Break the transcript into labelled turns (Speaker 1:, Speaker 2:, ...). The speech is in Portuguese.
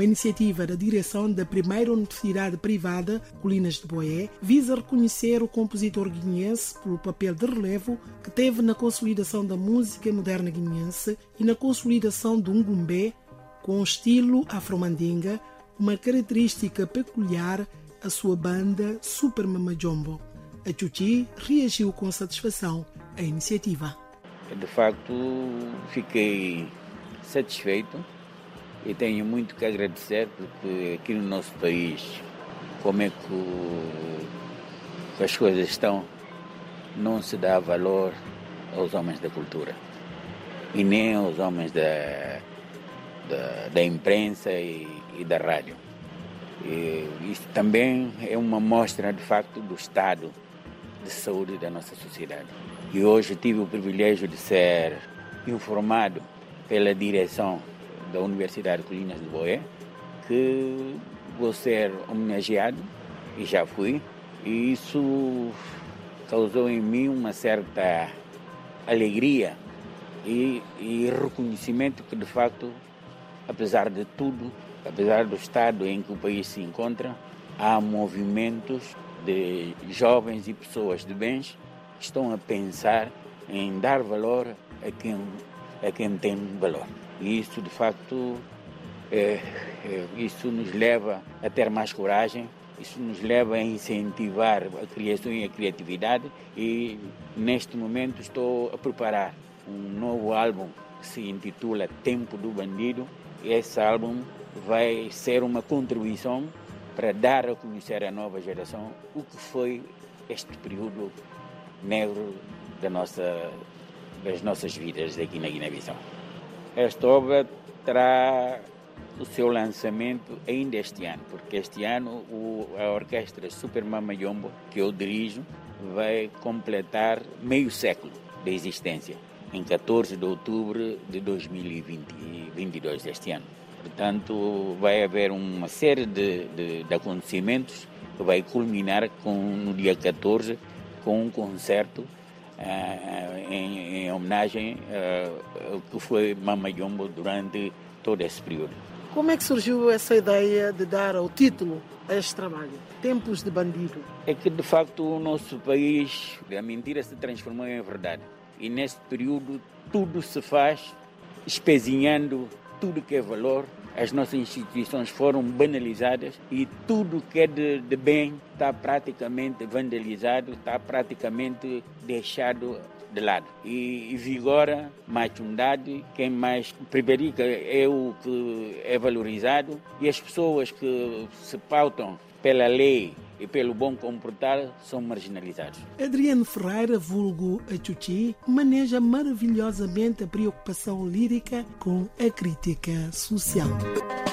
Speaker 1: Uma iniciativa da direção da primeira universidade privada, Colinas de Boé, visa reconhecer o compositor guineense pelo papel de relevo que teve na consolidação da música moderna guineense e na consolidação do ngumbé com o estilo afro-mandinga, uma característica peculiar à sua banda Super Mama Jombo. A Chuchi reagiu com satisfação à iniciativa.
Speaker 2: De facto, fiquei satisfeito e tenho muito que agradecer, porque aqui no nosso país, como é que as coisas estão, não se dá valor aos homens da cultura e nem aos homens da imprensa e da rádio. E isso também é uma mostra, de facto, do estado de saúde da nossa sociedade. E hoje tive o privilégio de ser informado pela direção da Universidade de Colinas de Boé que vou ser homenageado, e já fui, e isso causou em mim uma certa alegria e reconhecimento que, de facto, apesar de tudo, apesar do estado em que o país se encontra, há movimentos de jovens e pessoas de bens que estão a pensar em dar valor a quem tem valor. E isso, de facto, isso nos leva a ter mais coragem, isso nos leva a incentivar a criação e a criatividade, e neste momento estou a preparar um novo álbum que se intitula Tempo do Bandido. E esse álbum vai ser uma contribuição para dar a conhecer à nova geração o que foi este período negro das nossas vidas aqui na Guiné-Bissau. Esta obra terá o seu lançamento ainda este ano, porque este ano a Orquestra Super Mama Jombo, que eu dirijo, vai completar meio século de existência, em 14 de outubro de 2022, deste ano. Portanto, vai haver uma série de acontecimentos que vai culminar no dia 14 com um concerto em homenagem ao que foi Mama Jombo durante todo esse período.
Speaker 1: Como é que surgiu essa ideia de dar o título a este trabalho, Tempos de Bandido?
Speaker 2: É que, de facto, o nosso país, a mentira se transformou em verdade. E nesse período tudo se faz espezinhando tudo que é valor. As nossas instituições foram banalizadas e tudo que é de bem está praticamente vandalizado, está praticamente deixado de lado. E vigora machundade, quem mais prevarica é o que é valorizado, e as pessoas que se pautam pela lei e pelo bom comportar são marginalizados.
Speaker 1: Adriano Ferreira, vulgo a Chuchi, maneja maravilhosamente a preocupação lírica com a crítica social.